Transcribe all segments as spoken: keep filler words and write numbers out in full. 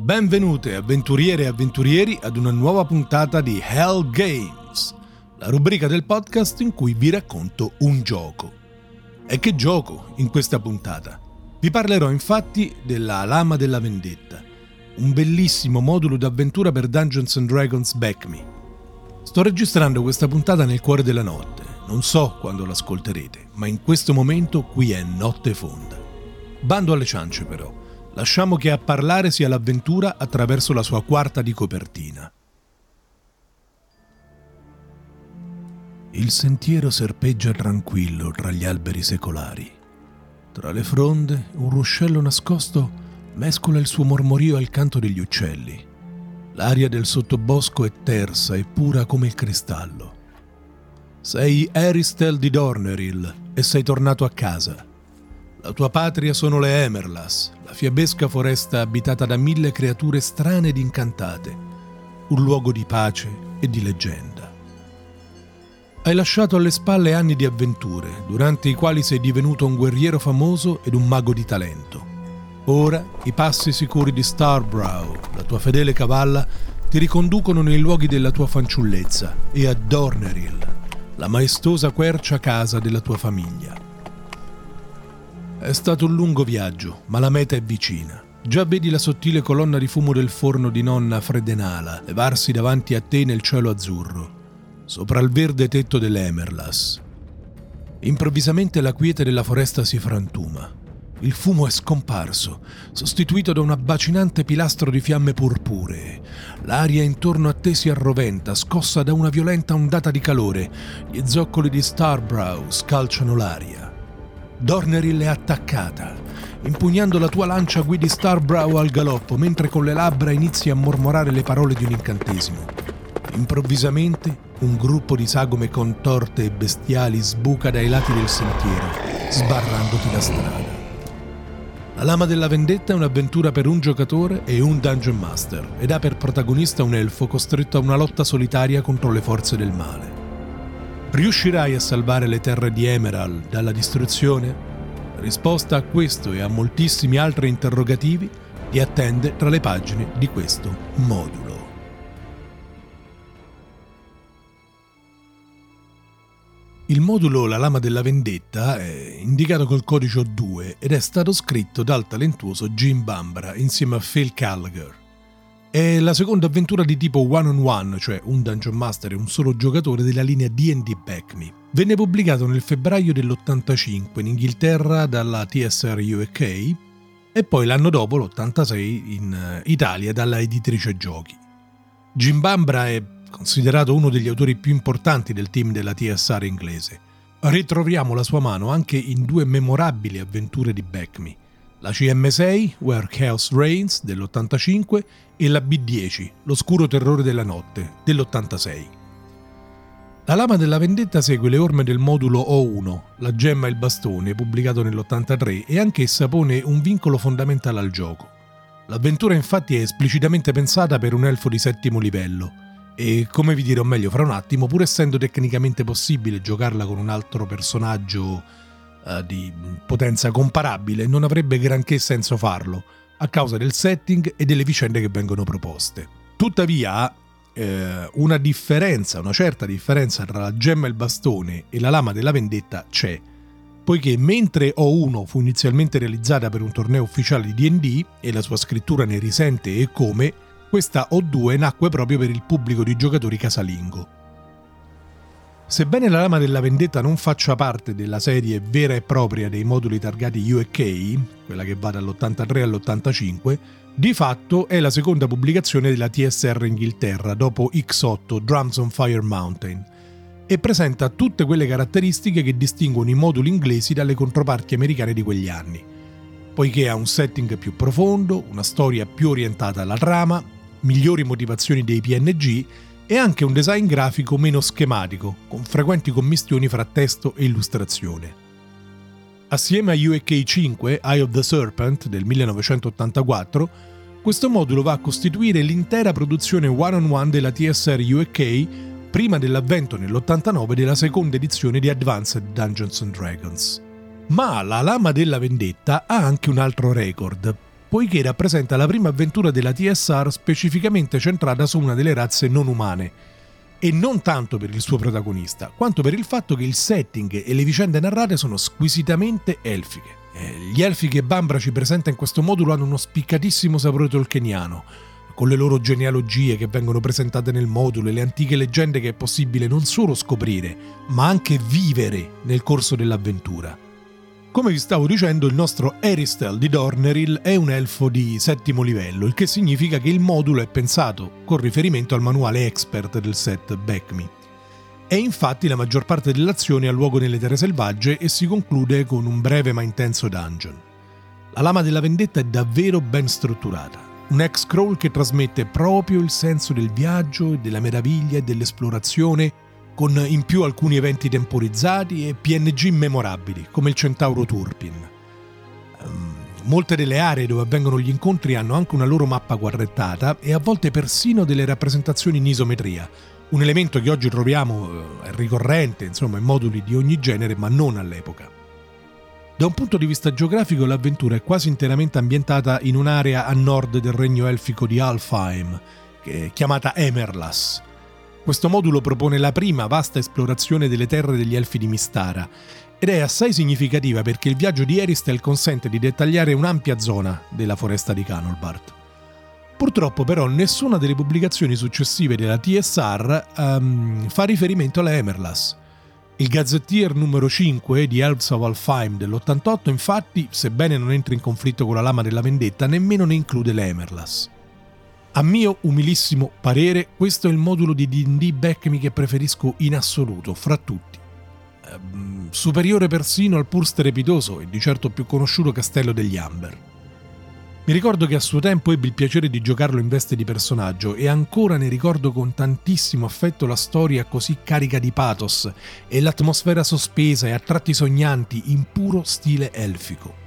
Benvenute avventuriere e avventurieri ad una nuova puntata di Hell Games, la rubrica del podcast in cui vi racconto un gioco. E che gioco in questa puntata? Vi parlerò infatti della Lama della Vendetta, un bellissimo modulo d'avventura per Dungeons and Dragons Back-Me. Sto registrando questa puntata nel cuore della notte, non so quando l'ascolterete, ma in questo momento qui è notte fonda. Bando alle ciance però. Lasciamo che a parlare sia l'avventura attraverso la sua quarta di copertina. Il sentiero serpeggia tranquillo tra gli alberi secolari. Tra le fronde, un ruscello nascosto mescola il suo mormorio al canto degli uccelli. L'aria del sottobosco è tersa e pura come il cristallo. Sei Eristel di Dorneril e sei tornato a casa. La tua patria sono le Emerlas, la fiabesca foresta abitata da mille creature strane ed incantate, un luogo di pace e di leggenda. Hai lasciato alle spalle anni di avventure, durante i quali sei divenuto un guerriero famoso ed un mago di talento. Ora i passi sicuri di Starbrow, la tua fedele cavalla, ti riconducono nei luoghi della tua fanciullezza e a Dorneril, la maestosa quercia casa della tua famiglia. È stato un lungo viaggio, ma la meta è vicina. Già vedi la sottile colonna di fumo del forno di nonna Fredenala levarsi davanti a te nel cielo azzurro, sopra il verde tetto delle Emerlas. Improvvisamente la quiete della foresta si frantuma. Il fumo è scomparso, sostituito da un abbacinante pilastro di fiamme purpuree. L'aria intorno a te si arroventa, scossa da una violenta ondata di calore. Gli zoccoli di Starbrow scalciano l'aria. Dorneril è attaccata. Impugnando la tua lancia guidi Starbrow al galoppo, mentre con le labbra inizi a mormorare le parole di un incantesimo. Improvvisamente un gruppo di sagome contorte e bestiali sbuca dai lati del sentiero, sbarrandoti la strada. La Lama della Vendetta è un'avventura per un giocatore e un Dungeon Master ed ha per protagonista un elfo costretto a una lotta solitaria contro le forze del male. Riuscirai a salvare le terre di Emerald dalla distruzione? La risposta a questo e a moltissimi altri interrogativi ti attende tra le pagine di questo modulo. Il modulo La Lama della Vendetta è indicato col codice O due ed è stato scritto dal talentuoso Jim Bambra insieme a Phil Gallagher. È la seconda avventura di tipo one-on-one, cioè un Dungeon Master e un solo giocatore della linea D and D Back-Me. Venne pubblicato nel febbraio dell'ottantacinque in Inghilterra dalla T S R U K e poi l'anno dopo, l'ottantasei, in Italia dalla editrice Giochi. Jim Bambra è considerato uno degli autori più importanti del team della T S R inglese. Ritroviamo la sua mano anche in due memorabili avventure di Back-Me, la C M sei, Where Chaos Reigns, dell'ottantacinque, e la B dieci, L'oscuro terrore della notte, dell'ottantasei. La Lama della Vendetta segue le orme del modulo O uno, La gemma e il bastone, pubblicato nell'ottantatré, e anch'essa pone un vincolo fondamentale al gioco. L'avventura infatti è esplicitamente pensata per un elfo di settimo livello, e come vi dirò meglio fra un attimo, pur essendo tecnicamente possibile giocarla con un altro personaggio uh, di potenza comparabile, non avrebbe granché senso farlo, a causa del setting e delle vicende che vengono proposte. Tuttavia, eh, una differenza, una certa differenza tra la gemma e il bastone e la Lama della Vendetta c'è, poiché mentre O uno fu inizialmente realizzata per un torneo ufficiale di D and D e la sua scrittura ne risente e come, questa O due nacque proprio per il pubblico di giocatori casalingo. Sebbene la Lama della Vendetta non faccia parte della serie vera e propria dei moduli targati U K, quella che va dall'ottantatré all'ottantacinque, di fatto è la seconda pubblicazione della T S R Inghilterra dopo X otto Drums on Fire Mountain e presenta tutte quelle caratteristiche che distinguono i moduli inglesi dalle controparti americane di quegli anni, poiché ha un setting più profondo, una storia più orientata alla trama, migliori motivazioni dei P N G e anche un design grafico meno schematico, con frequenti commistioni fra testo e illustrazione. Assieme a U K cinque, Eye of the Serpent del millenovecentottantaquattro, questo modulo va a costituire l'intera produzione one-on-one della T S R U K prima dell'avvento nell'ottantanove della seconda edizione di Advanced Dungeons and Dragons. Ma la Lama della Vendetta ha anche un altro record, poiché rappresenta la prima avventura della T S R specificamente centrata su una delle razze non umane, e non tanto per il suo protagonista, quanto per il fatto che il setting e le vicende narrate sono squisitamente elfiche. Eh, gli elfi che Bambra ci presenta in questo modulo hanno uno spiccatissimo sapore tolkieniano, con le loro genealogie che vengono presentate nel modulo e le antiche leggende che è possibile non solo scoprire, ma anche vivere nel corso dell'avventura. Come vi stavo dicendo, il nostro Eristel di Dorneril è un elfo di settimo livello, il che significa che il modulo è pensato con riferimento al manuale expert del set Backme. E infatti la maggior parte dell'azione ha luogo nelle terre selvagge e si conclude con un breve ma intenso dungeon. La Lama della Vendetta è davvero ben strutturata, un X-Crawl che trasmette proprio il senso del viaggio e della meraviglia e dell'esplorazione, con in più alcuni eventi temporizzati e P N G memorabili, come il Centauro Turpin. Um, molte delle aree dove avvengono gli incontri hanno anche una loro mappa quadrettata e a volte persino delle rappresentazioni in isometria, un elemento che oggi troviamo eh, ricorrente, insomma, in moduli di ogni genere, ma non all'epoca. Da un punto di vista geografico, l'avventura è quasi interamente ambientata in un'area a nord del regno elfico di Alfheim, che è chiamata Emerlas. Questo modulo propone la prima vasta esplorazione delle terre degli Elfi di Mystara ed è assai significativa perché il viaggio di Eristel consente di dettagliare un'ampia zona della foresta di Canolbart. Purtroppo però nessuna delle pubblicazioni successive della T S R um, fa riferimento alla Emerlas. Il Gazetteer numero cinque di Elves of Alfheim dell'ottantotto infatti, sebbene non entri in conflitto con la Lama della Vendetta, nemmeno ne include le Emerlas. A mio umilissimo parere, questo è il modulo di D and D Backme che preferisco in assoluto, fra tutti. Ehm, superiore persino al pur strepitoso e di certo più conosciuto Castello degli Amber. Mi ricordo che a suo tempo ebbi il piacere di giocarlo in veste di personaggio e ancora ne ricordo con tantissimo affetto la storia così carica di pathos e l'atmosfera sospesa e a tratti sognanti in puro stile elfico.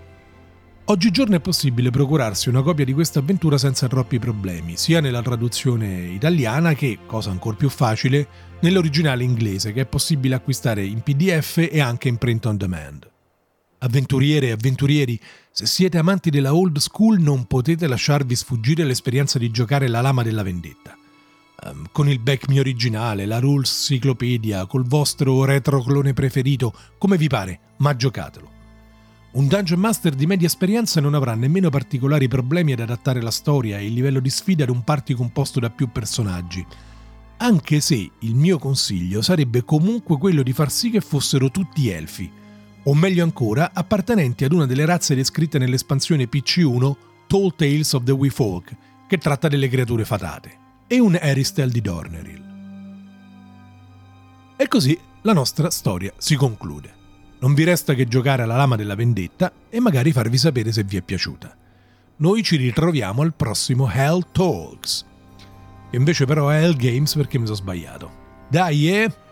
Oggigiorno è possibile procurarsi una copia di questa avventura senza troppi problemi, sia nella traduzione italiana che, cosa ancora più facile, nell'originale inglese che è possibile acquistare in P D F e anche in print on demand. Avventuriere e avventurieri, se siete amanti della old school non potete lasciarvi sfuggire l'esperienza di giocare la Lama della Vendetta. Um, con il Backme originale, la Rules Cyclopedia, col vostro retroclone preferito, come vi pare, ma giocatelo. Un Dungeon Master di media esperienza non avrà nemmeno particolari problemi ad adattare la storia e il livello di sfida ad un party composto da più personaggi, anche se il mio consiglio sarebbe comunque quello di far sì che fossero tutti elfi, o meglio ancora appartenenti ad una delle razze descritte nell'espansione P C uno Tall Tales of the We Folk, che tratta delle creature fatate, e un Eristel di Dorneril. E così la nostra storia si conclude. Non vi resta che giocare alla Lama della Vendetta e magari farvi sapere se vi è piaciuta. Noi ci ritroviamo al prossimo Hell Talks. Invece però è Hell Games perché mi sono sbagliato. Dai, eh!